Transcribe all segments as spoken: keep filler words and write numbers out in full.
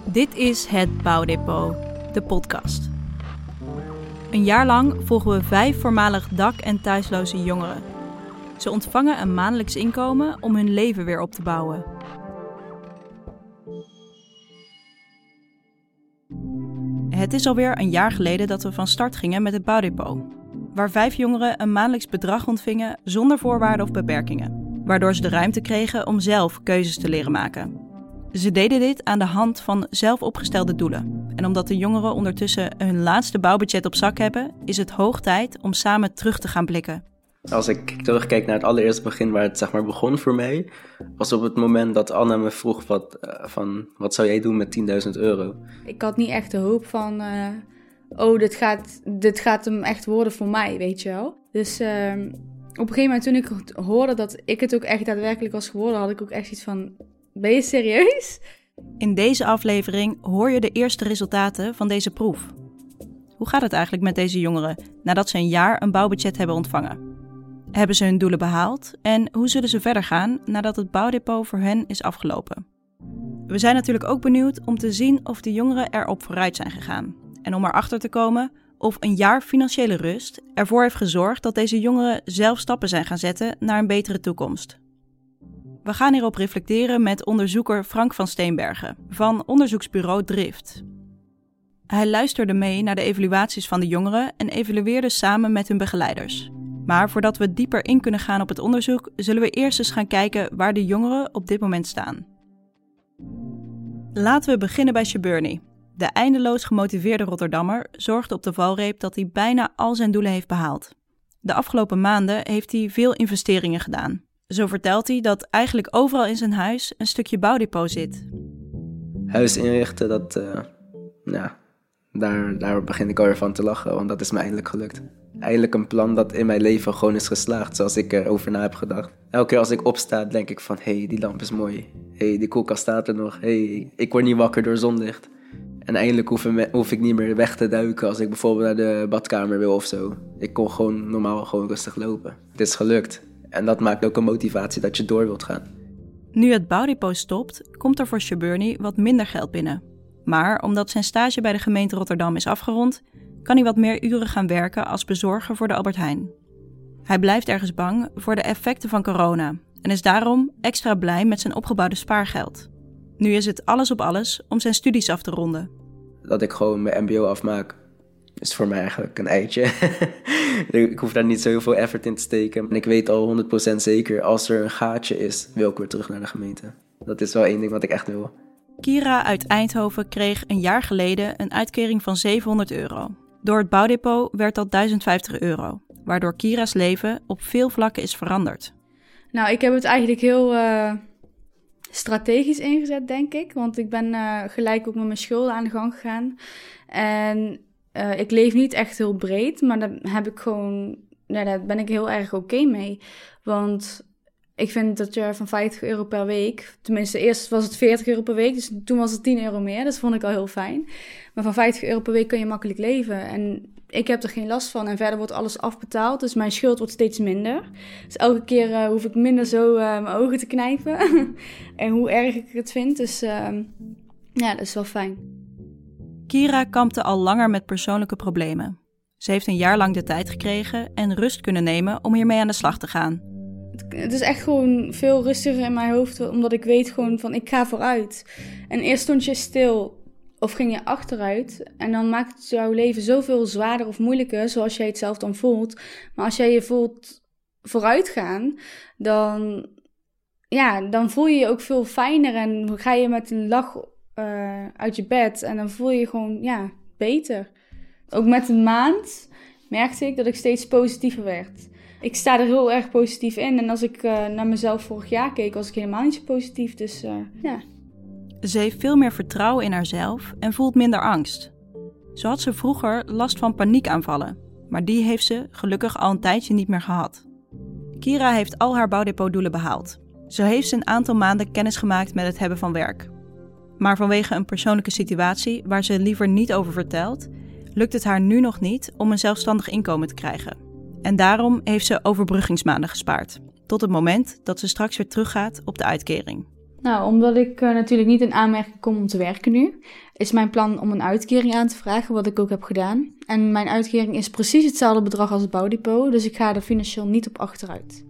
Dit is Het Bouwdepot, de podcast. Een jaar lang volgen we vijf voormalig dak- en thuisloze jongeren. Ze ontvangen een maandelijks inkomen om hun leven weer op te bouwen. Het is alweer een jaar geleden dat we van start gingen met Het Bouwdepot, waar vijf jongeren een maandelijks bedrag ontvingen zonder voorwaarden of beperkingen, waardoor ze de ruimte kregen om zelf keuzes te leren maken. Ze deden dit aan de hand van zelf opgestelde doelen. En omdat de jongeren ondertussen hun laatste bouwbudget op zak hebben, is het hoog tijd om samen terug te gaan blikken. Als ik terugkijk naar het allereerste begin waar het zeg maar begon voor mij, was op het moment dat Anna me vroeg wat, uh, van wat zou jij doen met tienduizend euro? Ik had niet echt de hoop van, uh, oh dit gaat, dit gaat hem echt worden voor mij, weet je wel. Dus uh, op een gegeven moment toen ik hoorde dat ik het ook echt daadwerkelijk was geworden, had ik ook echt iets van, ben je serieus? In deze aflevering hoor je de eerste resultaten van deze proef. Hoe gaat het eigenlijk met deze jongeren nadat ze een jaar een bouwbudget hebben ontvangen? Hebben ze hun doelen behaald en hoe zullen ze verder gaan nadat het bouwdepot voor hen is afgelopen? We zijn natuurlijk ook benieuwd om te zien of de jongeren erop vooruit zijn gegaan. En om erachter te komen of een jaar financiële rust ervoor heeft gezorgd dat deze jongeren zelf stappen zijn gaan zetten naar een betere toekomst. We gaan hierop reflecteren met onderzoeker Frank van Steenbergen van onderzoeksbureau Drift. Hij luisterde mee naar de evaluaties van de jongeren en evalueerde samen met hun begeleiders. Maar voordat we dieper in kunnen gaan op het onderzoek, zullen we eerst eens gaan kijken waar de jongeren op dit moment staan. Laten we beginnen bij Sjoebernie. De eindeloos gemotiveerde Rotterdammer zorgde op de valreep dat hij bijna al zijn doelen heeft behaald. De afgelopen maanden heeft hij veel investeringen gedaan. Zo vertelt hij dat eigenlijk overal in zijn huis een stukje bouwdepot zit. Huis inrichten, dat, uh, nou, daar, daar begin ik alweer van te lachen, want dat is me eindelijk gelukt. Eindelijk een plan dat in mijn leven gewoon is geslaagd, zoals ik erover na heb gedacht. Elke keer als ik opsta, denk ik van, hé, hey, die lamp is mooi. Hé, hey, die koelkast staat er nog. Hé, hey, ik word niet wakker door zonlicht. En eindelijk hoef, hoef ik niet meer weg te duiken als ik bijvoorbeeld naar de badkamer wil of zo. Ik kon gewoon normaal gewoon rustig lopen. Het is gelukt. En dat maakt ook een motivatie dat je door wilt gaan. Nu het bouwdepot stopt, komt er voor Sjoebernie wat minder geld binnen. Maar omdat zijn stage bij de gemeente Rotterdam is afgerond, kan hij wat meer uren gaan werken als bezorger voor de Albert Heijn. Hij blijft ergens bang voor de effecten van corona en is daarom extra blij met zijn opgebouwde spaargeld. Nu is het alles op alles om zijn studies af te ronden. Dat ik gewoon mijn mbo afmaak, is voor mij eigenlijk een eitje. Ik hoef daar niet zo heel veel effort in te steken. En ik weet al honderd procent zeker, als er een gaatje is, wil ik weer terug naar de gemeente. Dat is wel één ding wat ik echt wil. Kira uit Eindhoven kreeg een jaar geleden een uitkering van zevenhonderd euro. Door het bouwdepot werd dat duizend vijftig euro, waardoor Kira's leven op veel vlakken is veranderd. Nou, ik heb het eigenlijk heel uh, strategisch ingezet, denk ik. Want ik ben uh, gelijk ook met mijn schulden aan de gang gegaan. En uh, ik leef niet echt heel breed, maar daar heb ik gewoon, nou, daar ben ik heel erg oké okay mee. Want ik vind dat je van vijftig euro per week, tenminste eerst was het veertig euro per week, dus toen was het tien euro meer. Dat vond ik al heel fijn. Maar van vijftig euro per week kun je makkelijk leven. En ik heb er geen last van en verder wordt alles afbetaald, dus mijn schuld wordt steeds minder. Dus elke keer uh, hoef ik minder zo uh, mijn ogen te knijpen en hoe erg ik het vind. Dus uh, ja, dat is wel fijn. Kira kampte al langer met persoonlijke problemen. Ze heeft een jaar lang de tijd gekregen en rust kunnen nemen om hiermee aan de slag te gaan. Het is echt gewoon veel rustiger in mijn hoofd, omdat ik weet gewoon van ik ga vooruit. En eerst stond je stil of ging je achteruit en dan maakt het jouw leven zoveel zwaarder of moeilijker, zoals jij het zelf dan voelt. Maar als jij je voelt vooruitgaan, dan, ja, dan voel je je ook veel fijner en ga je met een lach uh, uit je bed en dan voel je je gewoon ja, beter. Ook met een maand merkte ik dat ik steeds positiever werd. Ik sta er heel erg positief in. En als ik uh, naar mezelf vorig jaar keek, was ik helemaal niet zo positief. Dus uh, ja. Ze heeft veel meer vertrouwen in haarzelf en voelt minder angst. Zo had ze vroeger last van paniekaanvallen. Maar die heeft ze gelukkig al een tijdje niet meer gehad. Kira heeft al haar bouwdepotdoelen behaald. Zo heeft ze een aantal maanden kennis gemaakt met het hebben van werk. Maar vanwege een persoonlijke situatie waar ze liever niet over vertelt, lukt het haar nu nog niet om een zelfstandig inkomen te krijgen. En daarom heeft ze overbruggingsmaanden gespaard, tot het moment dat ze straks weer teruggaat op de uitkering. Nou, omdat ik uh, natuurlijk niet in aanmerking kom om te werken nu, is mijn plan om een uitkering aan te vragen, wat ik ook heb gedaan. En mijn uitkering is precies hetzelfde bedrag als het bouwdepot, dus ik ga er financieel niet op achteruit.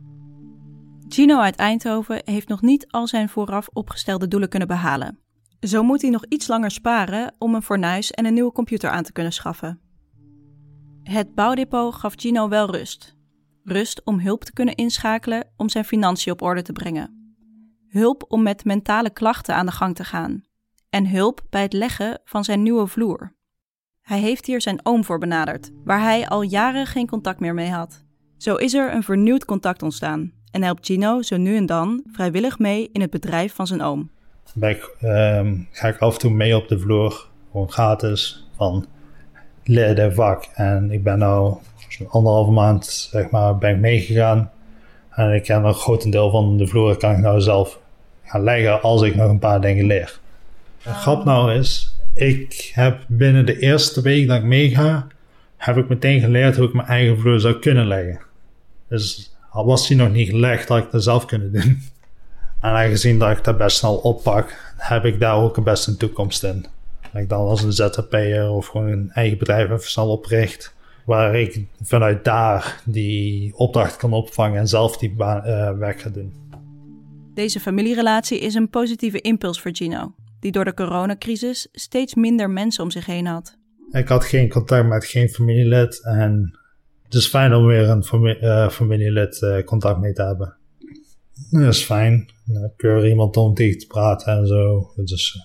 Gino uit Eindhoven heeft nog niet al zijn vooraf opgestelde doelen kunnen behalen. Zo moet hij nog iets langer sparen om een fornuis en een nieuwe computer aan te kunnen schaffen. Het bouwdepot gaf Gino wel rust. Rust om hulp te kunnen inschakelen om zijn financiën op orde te brengen. Hulp om met mentale klachten aan de gang te gaan. En hulp bij het leggen van zijn nieuwe vloer. Hij heeft hier zijn oom voor benaderd, waar hij al jaren geen contact meer mee had. Zo is er een vernieuwd contact ontstaan en helpt Gino zo nu en dan vrijwillig mee in het bedrijf van zijn oom. Ben ik, um, ga ik af en toe mee op de vloer, gewoon gratis, van leer het vak. En ik ben nou zo'n anderhalve maand, zeg maar, ben ik meegegaan. En ik heb nog een groot deel van de vloer kan ik nou zelf gaan leggen als ik nog een paar dingen leer. De grap nou is, ik heb binnen de eerste week dat ik meega, heb ik meteen geleerd hoe ik mijn eigen vloer zou kunnen leggen. Dus al was die nog niet gelegd, had ik dat zelf kunnen doen. En aangezien dat ik dat best snel oppak, heb ik daar ook best een toekomst in. Dat ik dan als een Z Z P'er of gewoon een eigen bedrijf even snel opricht, waar ik vanuit daar die opdracht kan opvangen en zelf die baan, uh, werk ga doen. Deze familierelatie is een positieve impuls voor Gino, die door de coronacrisis steeds minder mensen om zich heen had. Ik had geen contact met geen familielid en het is fijn om weer een familie, uh, familielid uh, contact mee te hebben. Dat is fijn. Dan heb je weer iemand om tegen te praten en zo. Dus,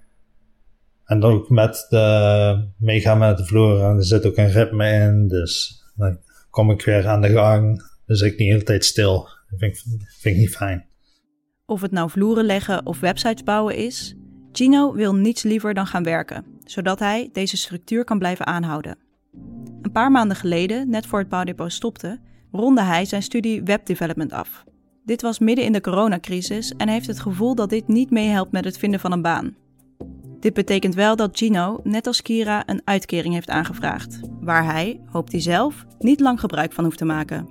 en dan ook met de meegaan met de vloer. En er zit ook een ritme in. Dus dan kom ik weer aan de gang. Dus ik niet de hele tijd stil. Dat vind ik, vind ik niet fijn. Of het nou vloeren leggen of websites bouwen is, Gino wil niets liever dan gaan werken, zodat hij deze structuur kan blijven aanhouden. Een paar maanden geleden, net voor het bouwdepot stopte, ronde hij zijn studie webdevelopment af. Dit was midden in de coronacrisis en hij heeft het gevoel dat dit niet meehelpt met het vinden van een baan. Dit betekent wel dat Gino, net als Kira, een uitkering heeft aangevraagd, waar hij, hoopt hij zelf, niet lang gebruik van hoeft te maken.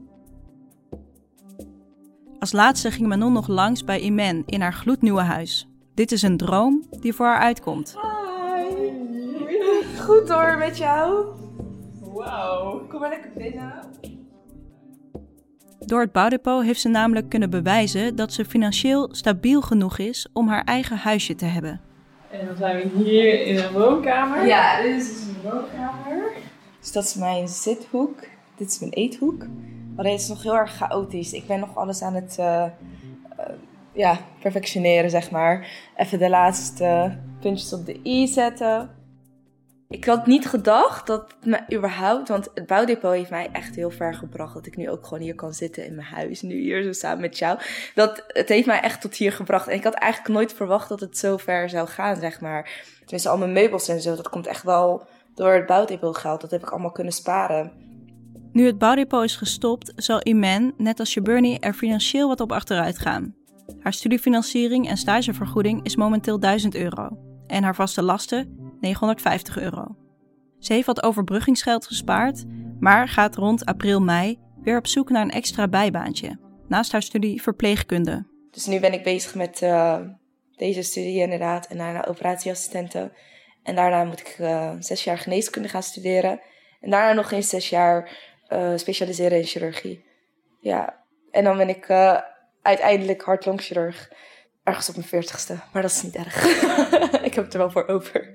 Als laatste ging Manon nog langs bij Imen in haar gloednieuwe huis. Dit is een droom die voor haar uitkomt. Hi! Goed hoor, met jou? Wauw, kom maar lekker binnen. Door het bouwdepot heeft ze namelijk kunnen bewijzen dat ze financieel stabiel genoeg is om haar eigen huisje te hebben. En dan zijn we hier in een woonkamer. Ja, dit is dus een woonkamer. Dus dat is mijn zithoek. Dit is mijn eethoek. Maar dit is nog heel erg chaotisch. Ik ben nog alles aan het uh, uh, ja, perfectioneren, zeg maar. Even de laatste puntjes op de i zetten. Ik had niet gedacht dat me überhaupt, want het bouwdepot heeft mij echt heel ver gebracht. Dat ik nu ook gewoon hier kan zitten in mijn huis, nu hier zo samen met jou. Dat, het heeft mij echt tot hier gebracht. En ik had eigenlijk nooit verwacht dat het zo ver zou gaan, zeg maar. Tenminste, al mijn meubels en zo, dat komt echt wel door het bouwdepot geld. Dat heb ik allemaal kunnen sparen. Nu het bouwdepot is gestopt, zal Imen, net als Shuburni, er financieel wat op achteruit gaan. Haar studiefinanciering en stagevergoeding is momenteel duizend euro. En haar vaste lasten negenhonderdvijftig euro. Ze heeft wat overbruggingsgeld gespaard, maar gaat rond april mei weer op zoek naar een extra bijbaantje, naast haar studie verpleegkunde. Dus nu ben ik bezig met uh, deze studie inderdaad en daarna operatieassistenten. En daarna moet ik uh, zes jaar geneeskunde gaan studeren. En daarna nog eens zes jaar uh, specialiseren in chirurgie. Ja, en dan ben ik uh, uiteindelijk hart-longchirurg. Ergens op mijn veertigste, maar dat is niet erg. Ik heb het er wel voor over.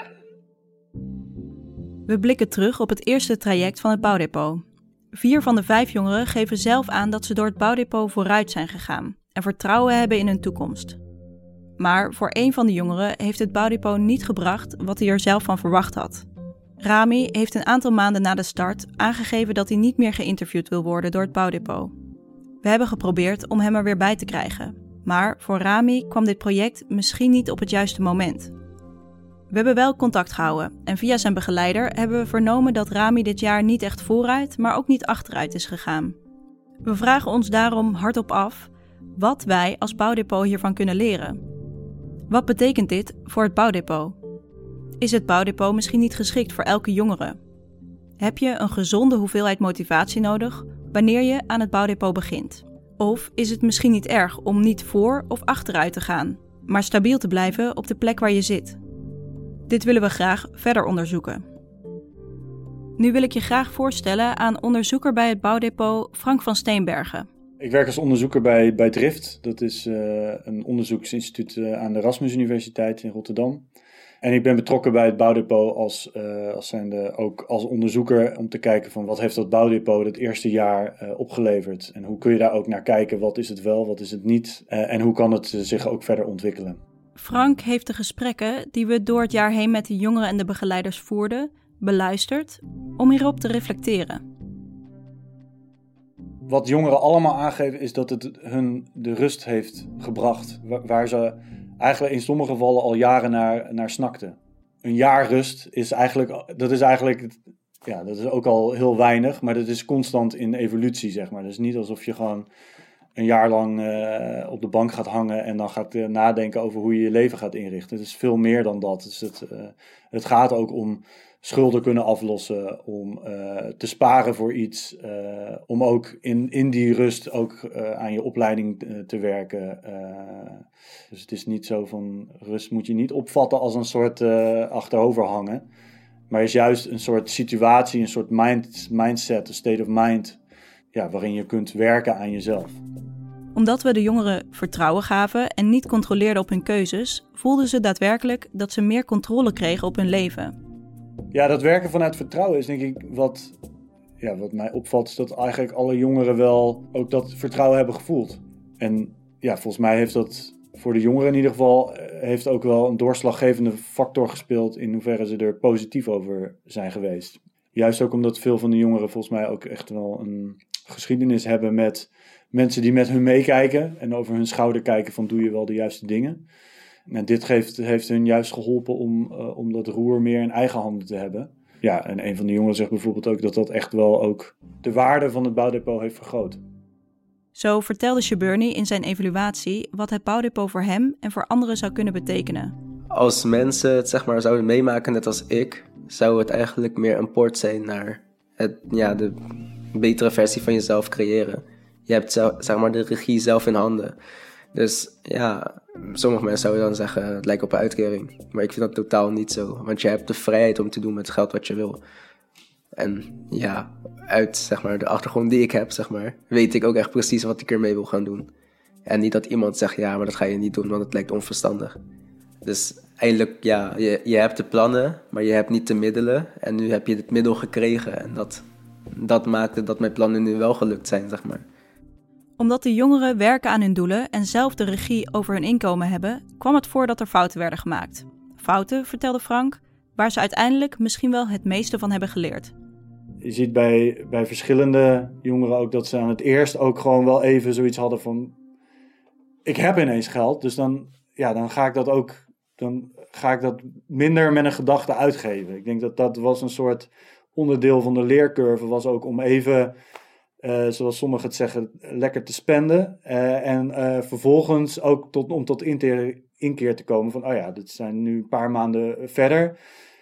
We blikken terug op het eerste traject van het bouwdepot. Vier van de vijf jongeren geven zelf aan dat ze door het bouwdepot vooruit zijn gegaan en vertrouwen hebben in hun toekomst. Maar voor één van de jongeren heeft het bouwdepot niet gebracht wat hij er zelf van verwacht had. Rami heeft een aantal maanden na de start aangegeven dat hij niet meer geïnterviewd wil worden door het bouwdepot. We hebben geprobeerd om hem er weer bij te krijgen. Maar voor Rami kwam dit project misschien niet op het juiste moment. We hebben wel contact gehouden en via zijn begeleider hebben we vernomen dat Rami dit jaar niet echt vooruit, maar ook niet achteruit is gegaan. We vragen ons daarom hardop af wat wij als bouwdepot hiervan kunnen leren. Wat betekent dit voor het bouwdepot? Is het bouwdepot misschien niet geschikt voor elke jongere? Heb je een gezonde hoeveelheid motivatie nodig wanneer je aan het bouwdepot begint? Of is het misschien niet erg om niet voor of achteruit te gaan, maar stabiel te blijven op de plek waar je zit? Dit willen we graag verder onderzoeken. Nu wil ik je graag voorstellen aan onderzoeker bij het bouwdepot Frank van Steenbergen. Ik werk als onderzoeker bij, bij Drift. Dat is uh, een onderzoeksinstituut uh, aan de Erasmus Universiteit in Rotterdam. En ik ben betrokken bij het bouwdepot als, uh, als, zijnde ook als onderzoeker om te kijken van wat heeft dat bouwdepot het eerste jaar uh, opgeleverd. En hoe kun je daar ook naar kijken, wat is het wel, wat is het niet uh, en hoe kan het uh, zich ook verder ontwikkelen. Frank heeft de gesprekken die we door het jaar heen met de jongeren en de begeleiders voerden, beluisterd om hierop te reflecteren. Wat jongeren allemaal aangeven is dat het hun de rust heeft gebracht, waar ze eigenlijk in sommige gevallen al jaren naar, naar snakten. Een jaar rust is eigenlijk, dat is eigenlijk, ja, dat is ook al heel weinig, maar dat is constant in evolutie, zeg maar. Dus niet alsof je gewoon een jaar lang uh, op de bank gaat hangen en dan gaat uh, nadenken over hoe je je leven gaat inrichten. Het is veel meer dan dat. Dus het, uh, het gaat ook om schulden kunnen aflossen, om uh, te sparen voor iets, uh, om ook in, in die rust ook uh, aan je opleiding uh, te werken. Uh, dus het is niet zo van, rust moet je niet opvatten als een soort uh, achteroverhangen, maar is juist een soort situatie, een soort mind, mindset, een state of mind, ja, waarin je kunt werken aan jezelf. Omdat we de jongeren vertrouwen gaven en niet controleerden op hun keuzes, voelden ze daadwerkelijk dat ze meer controle kregen op hun leven. Ja, dat werken vanuit vertrouwen is denk ik wat, ja, wat mij opvalt, is dat eigenlijk alle jongeren wel ook dat vertrouwen hebben gevoeld. En ja, volgens mij heeft dat voor de jongeren in ieder geval heeft ook wel een doorslaggevende factor gespeeld in hoeverre ze er positief over zijn geweest. Juist ook omdat veel van de jongeren volgens mij ook echt wel een geschiedenis hebben met mensen die met hun meekijken en over hun schouder kijken van doe je wel de juiste dingen. En dit geeft, heeft hun juist geholpen om, uh, om dat roer meer in eigen handen te hebben. Ja, en een van de jongeren zegt bijvoorbeeld ook dat dat echt wel ook de waarde van het bouwdepot heeft vergroot. Zo vertelde Sjeburny in zijn evaluatie wat het bouwdepot voor hem en voor anderen zou kunnen betekenen. Als mensen het zeg maar zouden meemaken, net als ik, zou het eigenlijk meer een poort zijn naar het, ja, de betere versie van jezelf creëren. Je hebt zelf, zeg maar, de regie zelf in handen. Dus ja, sommige mensen zouden dan zeggen, het lijkt op een uitkering. Maar ik vind dat totaal niet zo. Want je hebt de vrijheid om te doen met het geld wat je wil. En ja, uit zeg maar, de achtergrond die ik heb, zeg maar, weet ik ook echt precies wat ik ermee wil gaan doen. En niet dat iemand zegt, ja, maar dat ga je niet doen, want het lijkt onverstandig. Dus eigenlijk, ja, je, je hebt de plannen, maar je hebt niet de middelen. En nu heb je het middel gekregen. En dat, dat maakte dat mijn plannen nu wel gelukt zijn, zeg maar. Omdat de jongeren werken aan hun doelen en zelf de regie over hun inkomen hebben, kwam het voor dat er fouten werden gemaakt. Fouten, vertelde Frank, waar ze uiteindelijk misschien wel het meeste van hebben geleerd. Je ziet bij, bij verschillende jongeren ook dat ze aan het eerst ook gewoon wel even zoiets hadden van, ik heb ineens geld, dus dan, ja, dan ga ik dat ook, dan ga ik dat minder met een gedachte uitgeven. Ik denk dat dat was een soort onderdeel van de leercurve, was ook om even, Uh, zoals sommigen het zeggen, lekker te spenden. Uh, en uh, vervolgens ook tot, om tot inkeer, inkeer te komen van, oh ja, dit zijn nu een paar maanden verder.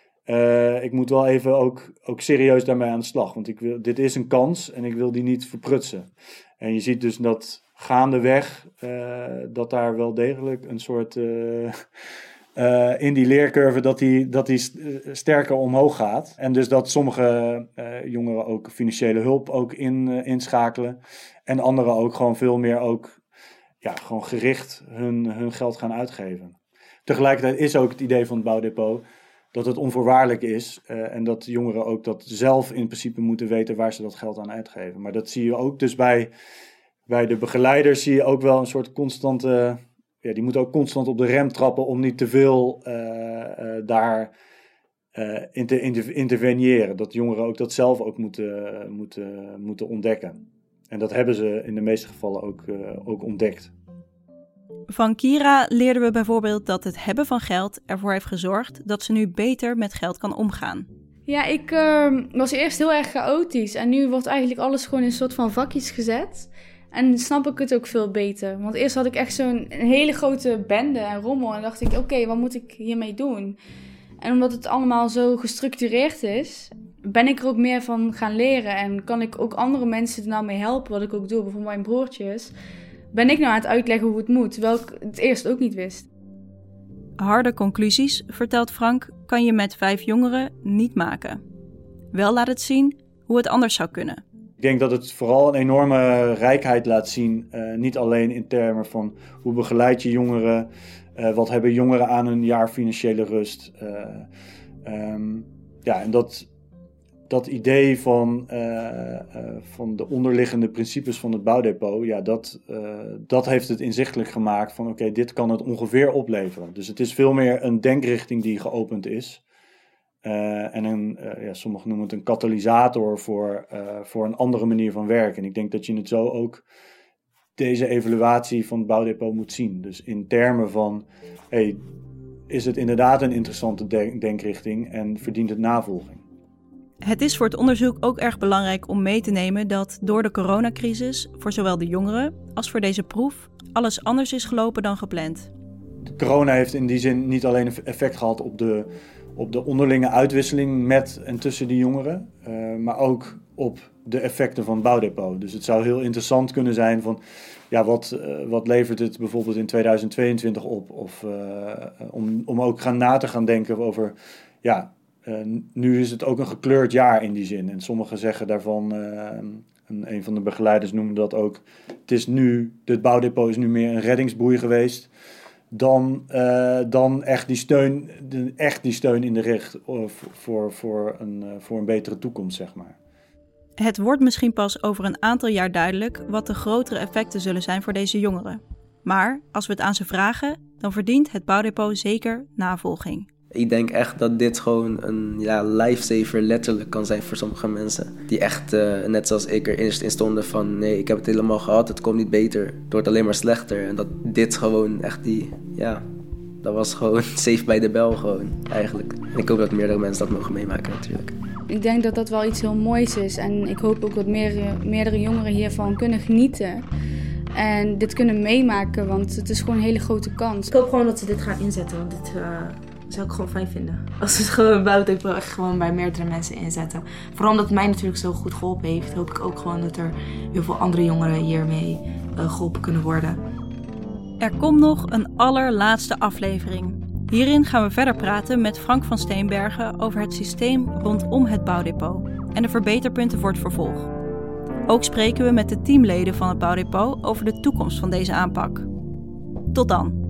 Uh, ik moet wel even ook, ook serieus daarmee aan de slag. Want ik wil, dit is een kans en ik wil die niet verprutsen. En je ziet dus dat gaandeweg, uh, dat daar wel degelijk een soort Uh, Uh, in die leercurve dat die, dat die sterker omhoog gaat. En dus dat sommige uh, jongeren ook financiële hulp ook in, uh, inschakelen. En anderen ook gewoon veel meer ook, ja, gewoon gericht hun, hun geld gaan uitgeven. Tegelijkertijd is ook het idee van het bouwdepot dat het onvoorwaardelijk is. Uh, en dat jongeren ook dat zelf in principe moeten weten waar ze dat geld aan uitgeven. Maar dat zie je ook dus bij, bij de begeleiders zie je ook wel een soort constante, ja, die moeten ook constant op de rem trappen om niet te veel uh, uh, daar uh, in te inter- interveneren. Dat jongeren ook dat zelf ook moeten, moeten, moeten ontdekken. En dat hebben ze in de meeste gevallen ook, uh, ook ontdekt. Van Kira leerden we bijvoorbeeld dat het hebben van geld ervoor heeft gezorgd dat ze nu beter met geld kan omgaan. Ja, ik uh, was eerst heel erg chaotisch en nu wordt eigenlijk alles gewoon in een soort van vakjes gezet. En snap ik het ook veel beter. Want eerst had ik echt zo'n een hele grote bende en rommel en dacht ik, oké, okay, wat moet ik hiermee doen? En omdat het allemaal zo gestructureerd is, ben ik er ook meer van gaan leren. En kan ik ook andere mensen er nou mee helpen, wat ik ook doe, bijvoorbeeld mijn broertjes. Ben ik nou aan het uitleggen hoe het moet, terwijl ik het eerst ook niet wist. Harde conclusies, vertelt Frank, kan je met vijf jongeren niet maken. Wel laat het zien hoe het anders zou kunnen. Ik denk dat het vooral een enorme rijkheid laat zien. Uh, niet alleen in termen van hoe begeleid je jongeren. Uh, wat hebben jongeren aan een jaar financiële rust. Uh, um, ja, en dat, dat idee van, uh, uh, van de onderliggende principes van het bouwdepot. Ja, dat, uh, dat heeft het inzichtelijk gemaakt van oké, okay, dit kan het ongeveer opleveren. Dus het is veel meer een denkrichting die geopend is. Uh, en een, uh, ja, sommigen noemen het een katalysator voor, uh, voor een andere manier van werken. En ik denk dat je het zo ook deze evaluatie van het bouwdepot moet zien. Dus in termen van, hey, is het inderdaad een interessante denk- denkrichting en verdient het navolging? Het is voor het onderzoek ook erg belangrijk om mee te nemen dat door de coronacrisis voor zowel de jongeren als voor deze proef alles anders is gelopen dan gepland. De corona heeft in die zin niet alleen een effect gehad op de op de onderlinge uitwisseling met en tussen die jongeren, uh, maar ook op de effecten van het bouwdepot. Dus het zou heel interessant kunnen zijn van, ja, wat, uh, wat levert het bijvoorbeeld in tweeduizend tweeëntwintig op? Of uh, om, om ook gaan na te gaan denken over, ja, uh, nu is het ook een gekleurd jaar in die zin. En sommigen zeggen daarvan, uh, en een van de begeleiders noemde dat ook, het is nu, dit bouwdepot is nu meer een reddingsboei geweest. Dan, uh, dan echt, die steun, de, echt die steun in de rug voor, voor, een, uh, voor een betere toekomst, zeg maar. Het wordt misschien pas over een aantal jaar duidelijk wat de grotere effecten zullen zijn voor deze jongeren. Maar als we het aan ze vragen, dan verdient het bouwdepot zeker navolging. Ik denk echt dat dit gewoon een ja, lifesaver letterlijk kan zijn voor sommige mensen. Die echt, uh, net zoals ik, er eerst in stonden van nee, ik heb het helemaal gehad, het komt niet beter. Het wordt alleen maar slechter. En dat dit gewoon echt die, ja, dat was gewoon safe bij de bel gewoon, eigenlijk. En ik hoop dat meerdere mensen dat mogen meemaken natuurlijk. Ik denk dat dat wel iets heel moois is. En ik hoop ook dat meer, meerdere jongeren hiervan kunnen genieten. En dit kunnen meemaken, want het is gewoon een hele grote kans. Ik hoop gewoon dat ze dit gaan inzetten, want dit... Uh... zou ik gewoon fijn vinden. Als ze het gewoon bouwdepot echt gewoon bij meerdere mensen inzetten. Vooral omdat het mij natuurlijk zo goed geholpen heeft, hoop ik ook gewoon dat er heel veel andere jongeren hiermee uh, geholpen kunnen worden. Er komt nog een allerlaatste aflevering. Hierin gaan we verder praten met Frank van Steenbergen over het systeem rondom het bouwdepot en de verbeterpunten voor het vervolg. Ook spreken we met de teamleden van het bouwdepot over de toekomst van deze aanpak. Tot dan!